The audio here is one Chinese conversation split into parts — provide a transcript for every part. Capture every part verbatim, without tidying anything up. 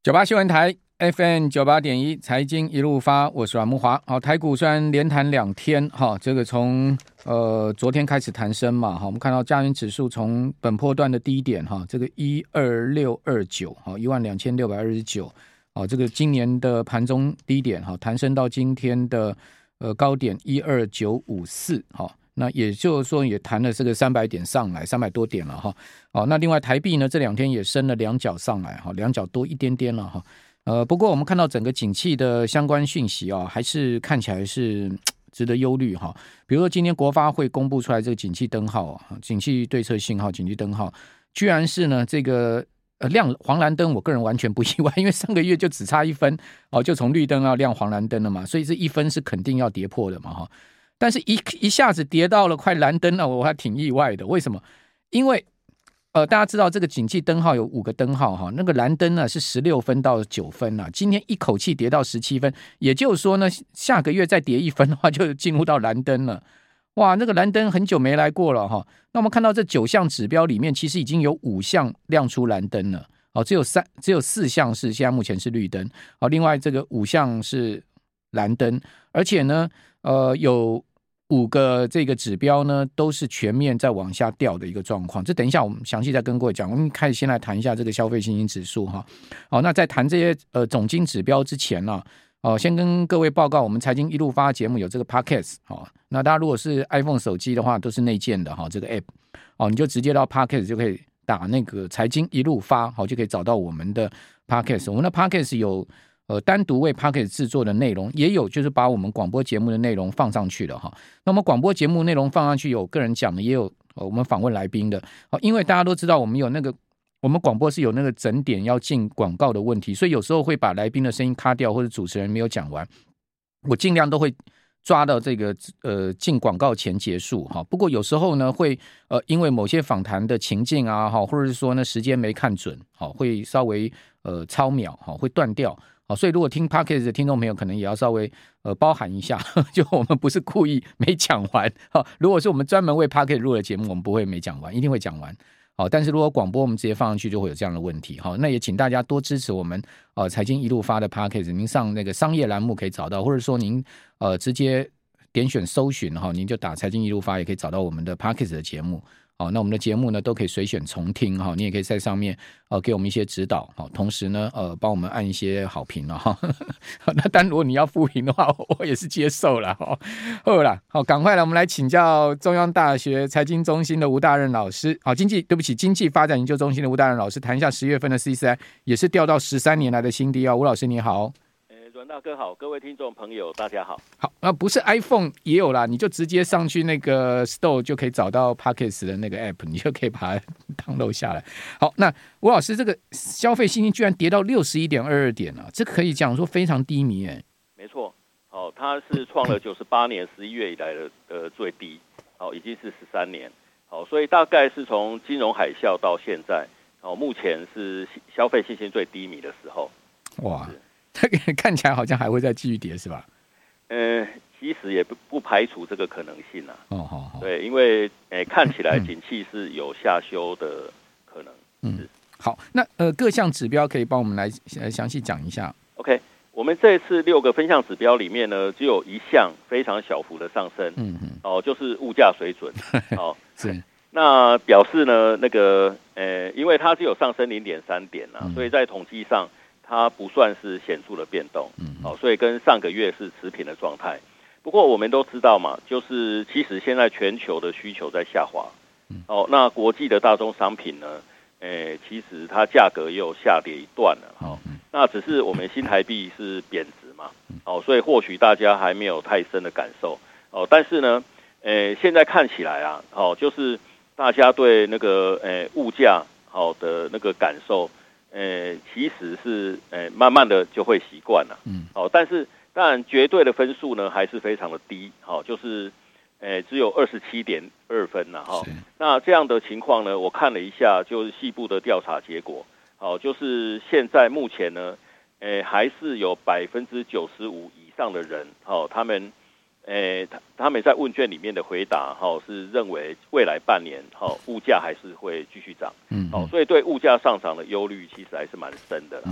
九八新闻台 F M 九八点一财经一路发，我是阮慕骅。好，台股虽然连弹两天，哈，这个从呃昨天开始弹升嘛，哈，我们看到加权指数从本波段的低点哈，这个一二六二九，好，一万两千六百二十九，好，这个今年的盘中低点哈，弹升到今天的呃高点一二九五四，好。那也就是说，也弹了这个三百点上来，三百多点了哈。好，那另外台币呢，这两天也升了两角上来哈，两角多一点点了哈。呃，不过我们看到整个景气的相关讯息啊，还是看起来是值得忧虑哈。比如说今天国发会公布出来这个景气灯号啊，景气对策信号、景气灯号，居然是呢这个呃亮黄蓝灯，我个人完全不意外，因为上个月就只差一分哦，就从绿灯要亮黄蓝灯了嘛，所以这一分是肯定要跌破的嘛哈。但是一一下子跌到了快蓝灯了，我还挺意外的。为什么？因为呃，大家知道这个景气灯号有五个灯号哈，那个蓝灯呢是十六分到九分啊，今天一口气跌到十七分，也就是说呢，下个月再跌一分的话，就进入到蓝灯了。哇，那个蓝灯很久没来过了哈。那我们看到这九项指标里面，其实已经有五项亮出蓝灯了，哦，只有三只有四项是现在目前是绿灯，哦，另外这个五项是蓝灯，而且呢，呃，有五个这个指标呢，都是全面在往下掉的一个状况。这等一下我们详细再跟各位讲。我们开始先来谈一下这个消费信心指数哈。好，那在谈这些呃总经指标之前呢、啊，哦，先跟各位报告，我们财经一路发节目有这个 Podcast 哦。那大家如果是 iPhone 手机的话，都是内建的哈、哦，这个 App 哦，你就直接到 Podcast 就可以打那个财经一路发，好、哦，就可以找到我们的 Podcast。我们的 Podcast 有。呃，单独为 Podcast 制作的内容，也有就是把我们广播节目的内容放上去了哈。那么广播节目内容放上去，有个人讲的，也有、呃、我们访问来宾的。好，因为大家都知道，我们有那个我们广播是有那个整点要进广告的问题，所以有时候会把来宾的声音卡掉，或者主持人没有讲完，我尽量都会抓到这个呃进广告前结束哈。不过有时候呢，会呃因为某些访谈的情境啊哈，或者是说呢时间没看准，好会稍微呃超秒哈，会断掉。所以如果听 Podcast 的听众朋友可能也要稍微呃包含一下，就我们不是故意没讲完。如果是我们专门为 Podcast 录的节目，我们不会没讲完，一定会讲完。但是如果广播我们直接放上去，就会有这样的问题。那也请大家多支持我们呃财经一路发的 Podcast， 您上那个商业栏目可以找到，或者说您呃直接点选搜寻，您就打财经一路发，也可以找到我们的 Podcast 的节目。好，那我们的节目呢都可以随选重听哈，你也可以在上面呃给我们一些指导，好，同时呢呃帮我们按一些好评了哈。那但如果你要负评的话，我也是接受了哈。好啦，好，赶快来我们来请教中央大学财经中心的吴大任老师，好，经济对不起经济发展研究中心的吴大任老师谈一下十月份的 C C I 也是掉到十三年来的新低啊。吴老师你好。 阮大哥好，各位听众朋友大家好。 好，那不是 iPhone 也有啦，你就直接上去那个 Store 就可以找到 Podcast 的那个 App， 你就可以把它 download 下来。好，那吴老师这个消费信心居然跌到 六十一点二二 点啊，这可以讲说非常低迷哎。 没错，好，它是创了九十八年十一月以来的呃最低，好，已经是十三年，好，所以大概是从金融海啸到现在，好，目前是消费信心最低迷的时候。 哇。看起来好像还会再继续跌是吧？ 嗯、呃，其实也不不排除这个可能性啊。 哦，好好。 对，因为诶、呃、看起来景气是有下修的可能。 嗯，好，那呃各项指标可以帮我们来详细讲一下。 OK， 我们这次六个分项指标里面呢，只有一项非常小幅的上升。嗯嗯。哦，就是物价水准。哦，是。那表示呢，那个呃，因为它只有上升零点三点啊、嗯，所以在统计上。它不算是显著的变动，好，所以跟上个月是持平的状态。不过我们都知道嘛，就是其实现在全球的需求在下滑，哦，那国际的大宗商品呢，诶，其实它价格又下跌一段了，好，那只是我们新台币是贬值嘛，哦，所以或许大家还没有太深的感受，哦，但是呢，诶，现在看起来啊，哦，就是大家对那个诶物价好的那个感受。呃，其实是呃，慢慢的就会习惯了，嗯，好、哦，但是当然绝对的分数呢还是非常的低，好、哦，就是呃只有二十七点二分了哈、哦。那这样的情况呢，我看了一下，就是细部的调查结果，好、哦，就是现在目前呢，呃还是有百分之九十五以上的人，好、哦，他们。诶，他他们在问卷里面的回答，哈、哦，是认为未来半年，哈、哦，物价还是会继续涨，嗯，好、哦，所以对物价上涨的忧虑其实还是蛮深的啦。嗯，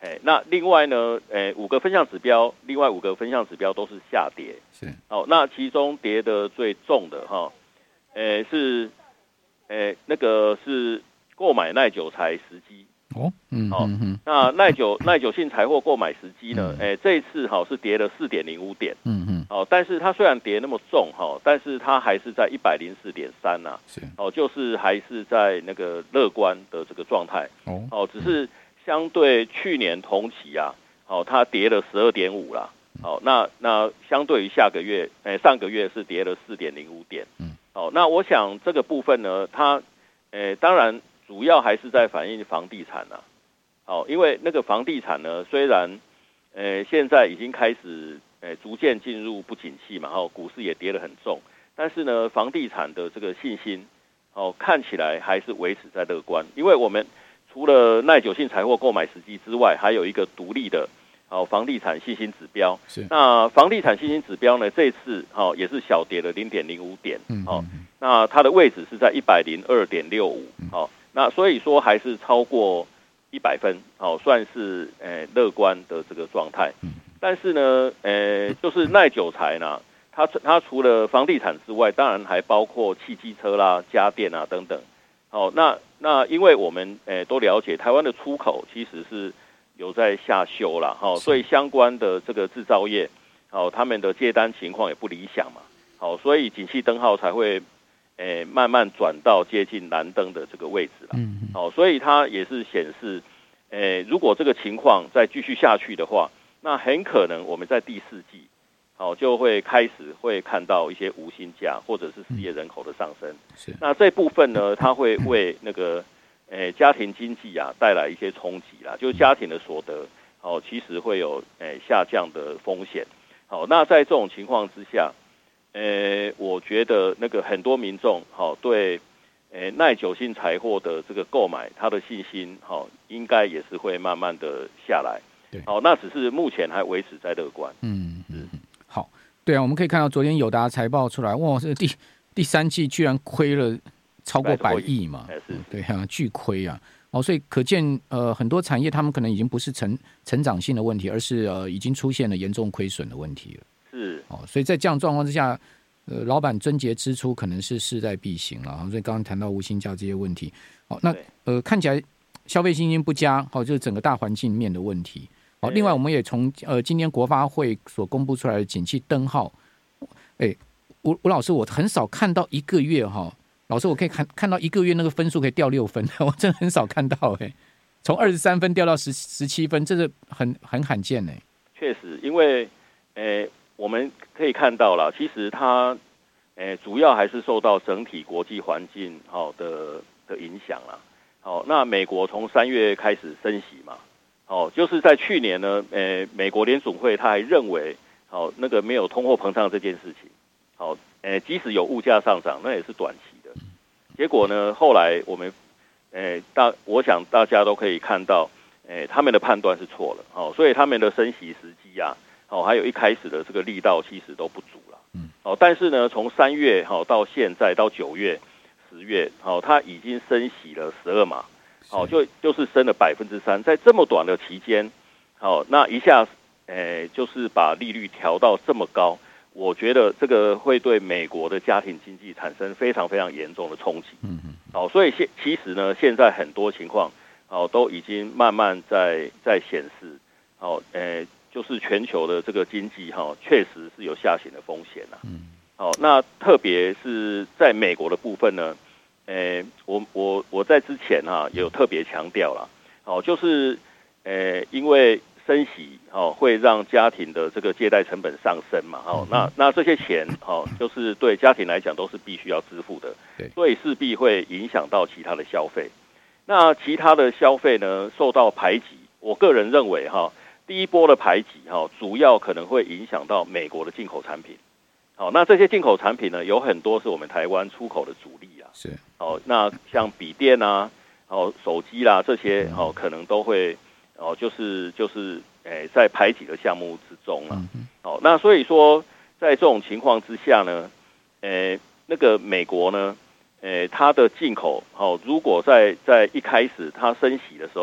哎，那另外呢，哎，五个分项指标，另外五个分项指标都是下跌。 是。 好，那其中跌的最重的哈，哎是，哎那个是购买耐久材时机。 哦，嗯， 好、 嗯嗯， 那耐久耐久性财货购买时机呢？哎、嗯，这一次哈是跌了四点零五点，嗯嗯，哦，但是它虽然跌那么重哈，但是它还是在一百零四点三呐，是，哦，就是还是在那个乐观的这个状态，哦，哦，只是相对去年同期啊，哦，它跌了十二点五啦，哦，那那相对于下个月，哎、上个月是跌了四点零五点，嗯，哦，那我想这个部分呢，它，哎，当然。主要还是在反映房地产啊，好，因为那个房地产呢，虽然，呃，现在已经开始，呃，逐渐进入不景气嘛，哦，股市也跌得很重，但是呢，房地产的这个信心，哦，看起来还是维持在乐观，因为我们除了耐久性财货购买时机之外，还有一个独立的，哦，房地产信心指标。是。那房地产信心指标呢，这次哦也是小跌了零点零五点，嗯，哦，那它的位置是在一百零二点六五，哦。那所以说还是超过一百分，好、哦，算是呃乐观的这个状态。但是呢，呃，就是耐久材呢，它它除了房地产之外，当然还包括汽机车啦、家电啊等等。好、哦，那那因为我们呃都了解，台湾的出口其实是有在下修啦，哈、哦，所以相关的这个制造业，好、哦，他们的接单情况也不理想嘛，好、哦，所以景气灯号才会。诶，慢慢转到接近蓝灯的这个位置了。嗯，好、哦，所以它也是显示，诶，如果这个情况再继续下去的话，那很可能我们在第四季，好、哦，就会开始会看到一些无薪假或者是失业人口的上升。是，那这部分呢，它会为那个诶家庭经济啊带来一些冲击啦，就是家庭的所得，哦，其实会有诶下降的风险。好、哦，那在这种情况之下。呃，我觉得那个很多民众好、哦、对，呃耐久性财货的这个购买，他的信心好、哦、应该也是会慢慢的下来。对，好、哦，那只是目前还维持在乐观。 嗯嗯，好，对啊，我们可以看到昨天友达财报出来，哇，这第第三季居然亏了超过百亿嘛，是，对啊，巨亏啊。哦，所以可见，呃，很多产业他们可能已经不是成成长性的问题，而是呃已经出现了严重亏损的问题了。是哦，所以在这样状况之下，呃，老板贞节支出可能是势在必行了。所以刚刚谈到无薪假这些问题，哦，那呃看起来消费信心不佳，哦，就是整个大环境面的问题。哦，另外我们也从呃今天国发会所公布出来的景气灯号，哎，吴吴老师，我很少看到一个月哈、哦，老师我可以看看到一个月那个分数可以掉六分，我真的很少看到哎，从二十三分掉到十十七分，这是很很罕见哎。 确实，因为呃。我们可以看到了，其实它，诶，主要还是受到整体国际环境好的的影响啦。好，那美国从三月开始升息嘛，好，就是在去年呢，诶，美国联准会他还认为，好，那个没有通货膨胀这件事情，好，诶，即使有物价上涨，那也是短期的。结果呢，后来我们，诶，大，我想大家都可以看到，诶，他们的判断是错了，好，所以他们的升息时机啊。哦，还有一开始的这个力道其实都不足了，嗯，哦，但是呢，从三月好、哦、到现在到九月、十月，好、哦，它已经升息了十二码，好、哦，就就是升了百分之三，在这么短的期间，好、哦，那一下，诶，就是把利率调到这么高，我觉得这个会对美国的家庭经济产生非常非常严重的冲击，嗯嗯，好、哦，所以现其实呢，现在很多情况，哦，都已经慢慢在在显示，哦，诶。就是全球的这个经济哈，确实是有下行的风险啦。嗯，好，那特别是在美国的部分呢，诶，我我我在之前哈也有特别强调啦，好，就是诶，因为升息哦会让家庭的这个借贷成本上升嘛，哦，那那这些钱哦，就是对家庭来讲都是必须要支付的，对，所以势必会影响到其他的消费。那其他的消费呢受到排挤，我个人认为哈。第一波的排挤哈，主要可能会影响到美国的进口产品。好，那这些进口产品呢，有很多是我们台湾出口的主力啊。是。好，那像笔电啊，哦，手机啦这些，哦，可能都会，哦，就是就是，诶，在排挤的项目之中了。嗯。好，那所以说，在这种情况之下呢，诶，那个美国呢，诶，它的进口，哦，如果在在一开始它升息的时候。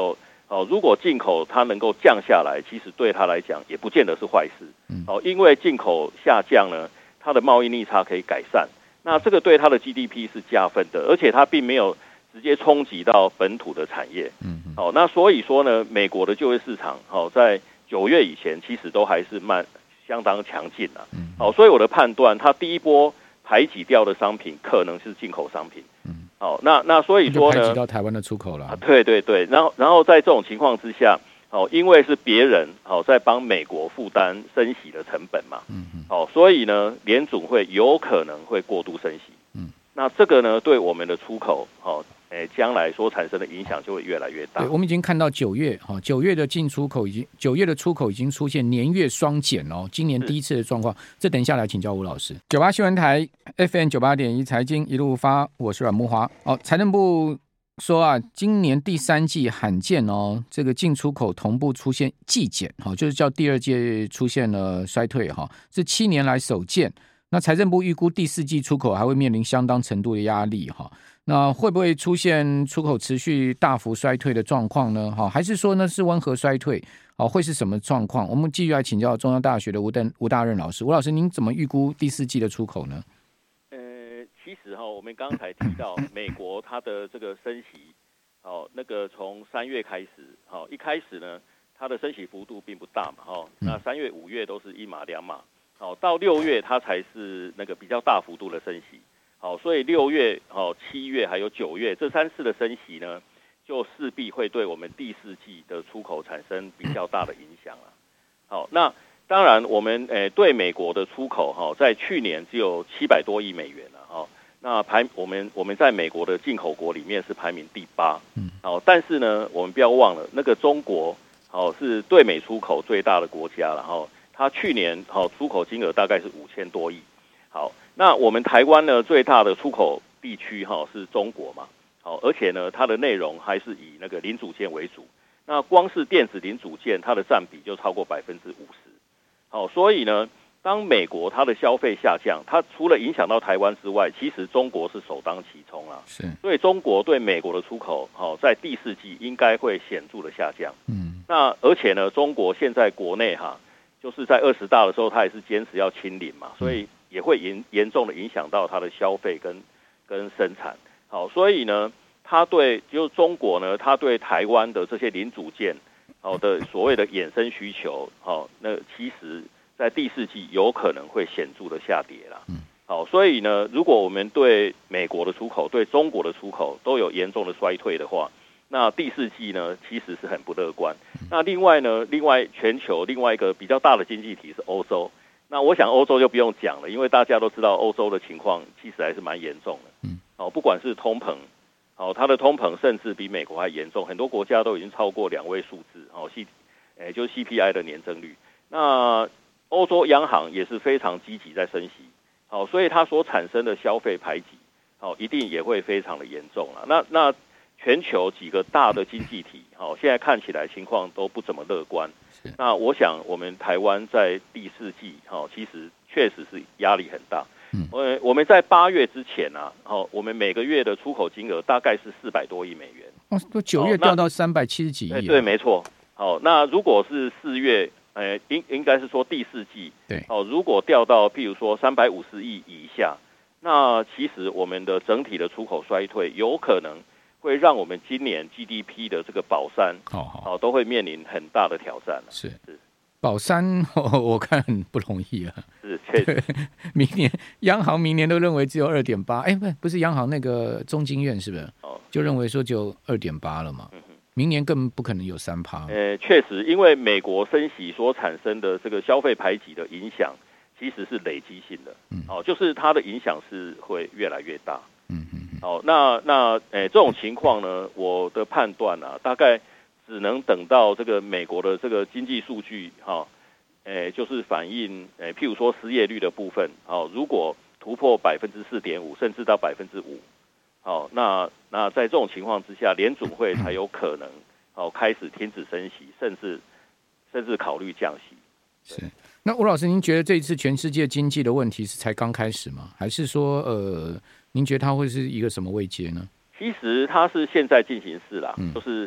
哦，如果进口它能够降下来，其实对它来讲也不见得是坏事。哦，因为进口下降呢，它的贸易逆差可以改善，那这个对它的 G D P 是加分的，而且它并没有直接冲击到本土的产业。嗯，好，那所以说呢，美国的就业市场，好，在九月以前其实都还是慢相当强劲啊。嗯，好，所以我的判断，它第一波排挤掉的商品可能是进口商品。嗯，好，那那所以说呢， 排挤到台湾的出口了。啊， 对对对，然后然后在这种情况之下，好，因为是别人好在帮美国负担升息的成本嘛。嗯嗯，好，所以呢，联准会有可能会过度升息。嗯，那这个呢，对我们的出口，好。诶，将来所产生的影响就会越来越大。 对，我们已经看到九月哈，九月的进出口已经，九月的出口已经出现年月双减哦，今年第一次的状况。这等一下来请教吴老师。九八新闻台 F M 九八点一财经一路发，我是阮慕骅。哦，财政部说啊，今年第三季罕见哦，这个进出口同步出现季减，哈，就是叫第二季出现了衰退哈，是七年来首见。那财政部预估第四季出口还会面临相当程度的压力哈。那会不会出现出口持续大幅衰退的状况呢？还是说呢是温和衰退？会是什么状况？我们继续来请教中央大学的吴邓吴大任老师。吴老师，您怎么预估第四季的出口呢？ 呃，其实哈，我们刚才提到美国它的这个升息，好，那个从三月开始，好，一开始呢，它的升息幅度并不大嘛，哈，那三月、五月都是一码两码，好，到六月它才是那个比较大幅度的升息。好，所以六月、好七月还有九月这三次的升息呢，就势必会对我们第四季的出口产生比较大的影响了。好，那当然我们诶对美国的出口哈，在去年只有七百多亿美元了哈。那排我们我们在美国的进口国里面是排名第八。嗯。好，但是呢，我们不要忘了那个中国好是对美出口最大的国家了哈。它去年好出口金额大概是五千多亿。好。那我们台湾呢，最大的出口地区哈是中国嘛，好，而且呢，它的内容还是以那个零组件为主。那光是电子零组件，它的占比就超过百分之五十。好，所以呢，当美国它的消费下降，它除了影响到台湾之外，其实中国是首当其冲啊。是，所以中国对美国的出口，好，在第四季应该会显著的下降。嗯，那而且呢，中国现在国内哈，就是在二十大的时候，它也是坚持要清零嘛，所以。也会严严重的影响到它的消费跟跟生产，好，所以呢，它对就是中国呢，它对台湾的这些零组件，好的所谓的衍生需求，好，那其实在第四季有可能会显著的下跌啦。嗯，好，所以呢，如果我们对美国的出口、对中国的出口都有严重的衰退的话，那第四季呢，其实是很不乐观。那另外呢，另外全球另外一个比较大的经济体是欧洲。那我想欧洲就不用讲了，因为大家都知道欧洲的情况其实还是蛮严重的。嗯，哦，不管是通膨，哦，它的通膨甚至比美国还严重，很多国家都已经超过两位数字，哦 ，C， 诶，就是 C P I 的年增率。那欧洲央行也是非常积极在升息，好，所以它所产生的消费排挤，好，一定也会非常的严重了。那那全球几个大的经济体，好，现在看起来情况都不怎么乐观。那我想，我们台湾在第四季，哈，其实确实是压力很大。嗯，我我们在八月之前啊，好，我们每个月的出口金额大概是四百多亿美元。 哦，都九月掉到三百七十几亿。 对，没错。好，那如果是四月，呃，应应该是说第四季， 对， 哦，如果掉到譬如说三百五十亿以下，那其实我们的整体的出口衰退有可能。会让我们今年 G D P 的这个保三，好好、哦、都会面临很大的挑战。 是是，保三、哦、我看很不容易啊。 是，确实， 明年央行明年都认为只有二点八，哎，不不是央行那个中经院是不是？哦，就认为说只有二点八了嘛。嗯哼，明年更不可能有三趴。 呃，确实，因为美国升息所产生的这个消费排挤的影响，其实是累积性的。嗯，哦，就是它的影响是会越来越大。嗯嗯。好，那那诶、欸，这种情况呢，我的判断啊，大概只能等到这个美国的这个经济数据哈，诶、欸，就是反映诶、欸，譬如说失业率的部分，好，如果突破百分之四点五，甚至到百分之五，好，那那在这种情况之下，联准会才有可能好开始停止升息，甚至甚至考虑降息。 是。那吴老师，您觉得这一次全世界经济的问题是才刚开始吗？还是说呃？您觉得它会是一个什么位阶呢？ 其实它是现在进行式啦，嗯、就是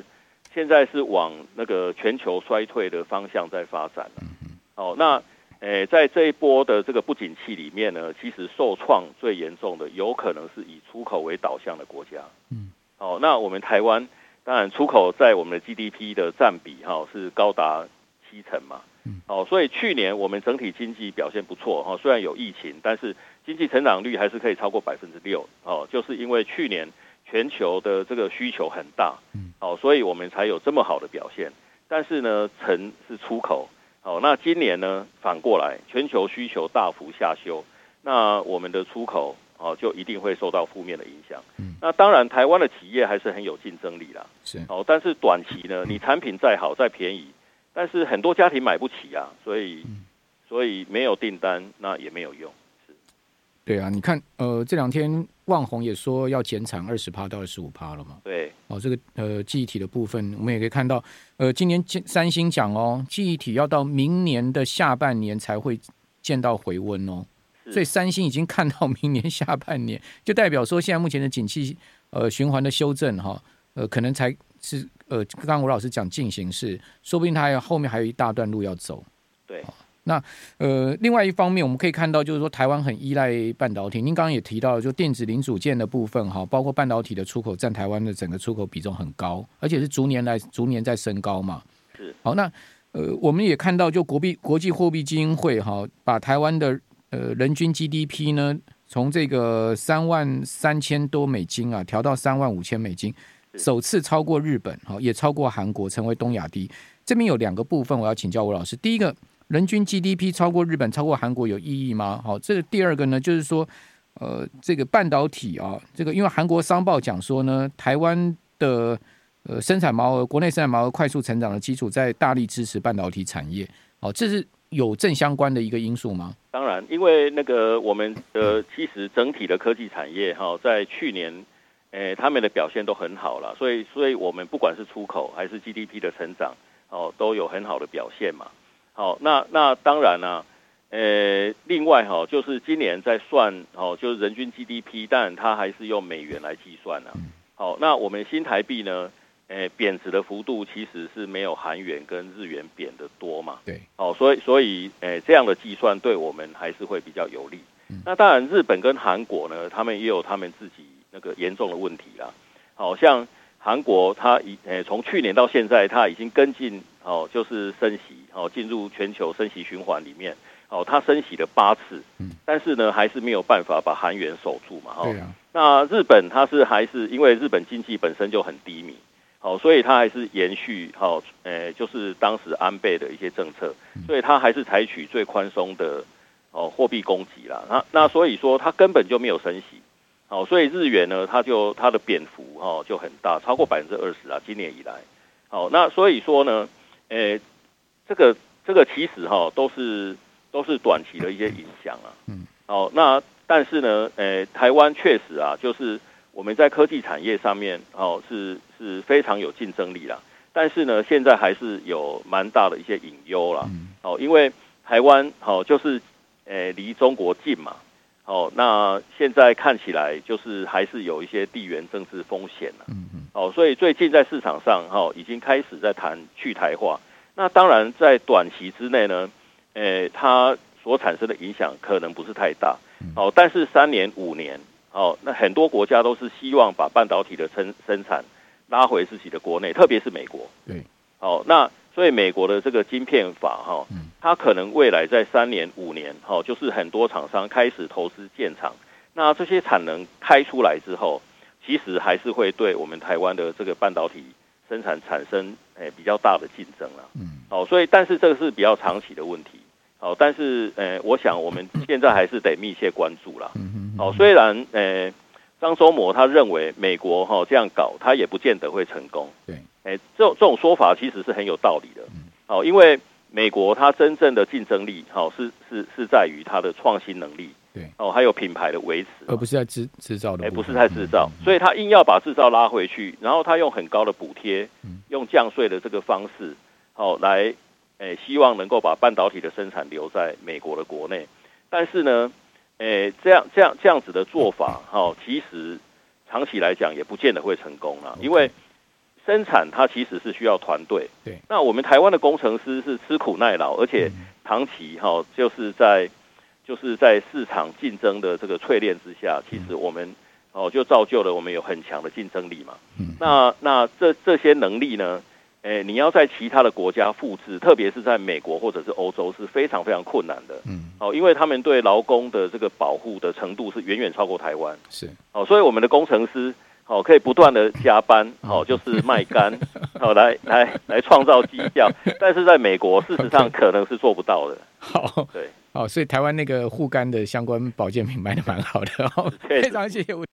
现在是往那个全球衰退的方向在发展了。哦，那诶，在这一波的这个不景气里面呢，其实受创最严重的，有可能是以出口为导向的国家。嗯，哦，那我们台湾当然出口在我们的 G D P 的占比哈、哦、是高达七成嘛。嗯，哦，所以去年我们整体经济表现不错哈、哦，虽然有疫情，但是经济成长率还是可以超过百分之六。哦，就是因为去年全球的这个需求很大，嗯，哦，所以我们才有这么好的表现。但是呢，成是出口。好，那今年呢，反过来，全球需求大幅下修，那我们的出口哦就一定会受到负面的影响。嗯，那当然，台湾的企业还是很有竞争力啦。是，哦，但是短期呢，你产品再好再便宜，但是很多家庭买不起啊，所以所以没有订单，那也没有用。是， 对啊，你看，呃，这两天旺宏也说要减产二十趴到二十五趴了嘛。 对， 哦，这个呃记忆体的部分，我们也可以看到，呃，今年三星讲哦，记忆体要到明年的下半年才会见到回温哦，所以三星已经看到明年下半年，就代表说现在目前的景气呃循环的修正哈、哦，呃，可能才是呃，刚刚吴老师讲进行式，说不定它还有后面还有一大段路要走。 对。 哦，那呃，另外一方面，我们可以看到，就是说台湾很依赖半导体。您刚刚也提到，就电子零组件的部分哈，包括半导体的出口占台湾的整个出口比重很高，而且是逐年来逐年在升高嘛。 是。 好，那呃，我们也看到，就国币国际货币基金会哈，把台湾的呃人均 G D P 呢，从这个三万三千多美金啊，调到三万五千美金，首次超过日本，哈，也超过韩国，成为东亚第一。这边有两个部分，我要请教吴老师。第一个，人均 G D P 超过日本、超过韩国有意义吗？好，这个第二个呢，就是说，呃，这个半导体啊，这个因为韩国商报讲说呢，台湾的呃生产毛额，国内生产毛额快速成长的基础，在大力支持半导体产业。好，这是有正相关的一个因素吗？ 当然，因为那个我们的其实整体的科技产业哈，在去年，诶，他们的表现都很好了，所以，所以我们不管是出口还是 G D P 的成长，哦，都有很好的表现嘛。好，那那当然啦、啊，呃，另外哈、哦，就是今年在算哦，就是人均 G D P， 但它还是用美元来计算啊。好，那我们新台币呢，呃，贬值的幅度其实是没有韩元跟日元贬的多嘛。 对。 好，所以所以，呃，这样的计算对我们还是会比较有利。嗯、那当然，日本跟韩国呢，他们也有他们自己那个严重的问题啦。好像韩国它已呃从去年到现在，它已经跟进。哦，就是升息，哦，进入全球升息循环里面，哦，它升息了八次，嗯，但是呢，还是没有办法把韩元守住嘛，哦， 对啊。 那日本它是还是因为日本经济本身就很低迷，哦，所以它还是延续，哦，呃，就是当时安倍的一些政策，所以它还是采取最宽松的哦货币供给啦，那那所以说它根本就没有升息，哦，所以日元呢，它就它的贬幅哦就很大，超过百分之二十啊，今年以来，好，那所以说呢。诶，这个这个其实哈、哦、都是都是短期的一些影响啊。嗯。哦，那但是呢，诶，台湾确实啊，就是我们在科技产业上面哦是是非常有竞争力啦。但是呢，现在还是有蛮大的一些隐忧啦。嗯。哦，因为台湾哦就是诶离中国近嘛。哦，那现在看起来就是还是有一些地缘政治风险了。嗯嗯。哦，所以最近在市场上哈、哦、已经开始在谈去台化。那当然在短期之内呢，诶，它所产生的影响可能不是太大。哦，但是三年五年，哦，那很多国家都是希望把半导体的生生产拉回自己的国内，特别是美国。 对。 哦，那所以美国的这个晶片法哈、哦，它可能未来在三年五年，哦，就是很多厂商开始投资建厂，那这些产能开出来之后，其实还是会对我们台湾的这个半导体生产产生诶比较大的竞争啦。嗯。哦，所以但是这个是比较长期的问题。哦，但是呃，我想我们现在还是得密切关注啦。嗯哦，虽然呃，张忠谋他认为美国哈、哦、这样搞，他也不见得会成功。 对。 诶，这种这种说法其实是很有道理的。嗯。哦，因为美国它真正的竞争力，好、哦、是是是在于它的创新能力。 对。 哦，还有品牌的维持， 而不是在制制造的。 哎，不是在制造，嗯、所以他硬要把制造拉回去，然后他用很高的补贴，嗯、用降税的这个方式，好、哦、来，诶，希望能够把半导体的生产留在美国的国内。但是呢，诶，这样这样这样子的做法，哈、哦，其实长期来讲也不见得会成功啦，因为生产它其实是需要团队。 对， 那我们台湾的工程师是吃苦耐劳，而且长期哈、哦、就是在就是在市场竞争的这个淬炼之下，其实我们哦就造就了我们有很强的竞争力嘛。嗯，那那这这些能力呢？诶，你要在其他的国家复制，特别是在美国或者是欧洲，是非常非常困难的。嗯，哦，因为他们对劳工的这个保护的程度是远远超过台湾。 是， 哦，所以我们的工程师哦可以不断的加班，哦就是卖干，哦来来来创造绩效，但是在美国事实上可能是做不到的。 好， 对， 哦，所以台湾那个护肝的相关保健品卖的蛮好的。哦，非常谢谢吴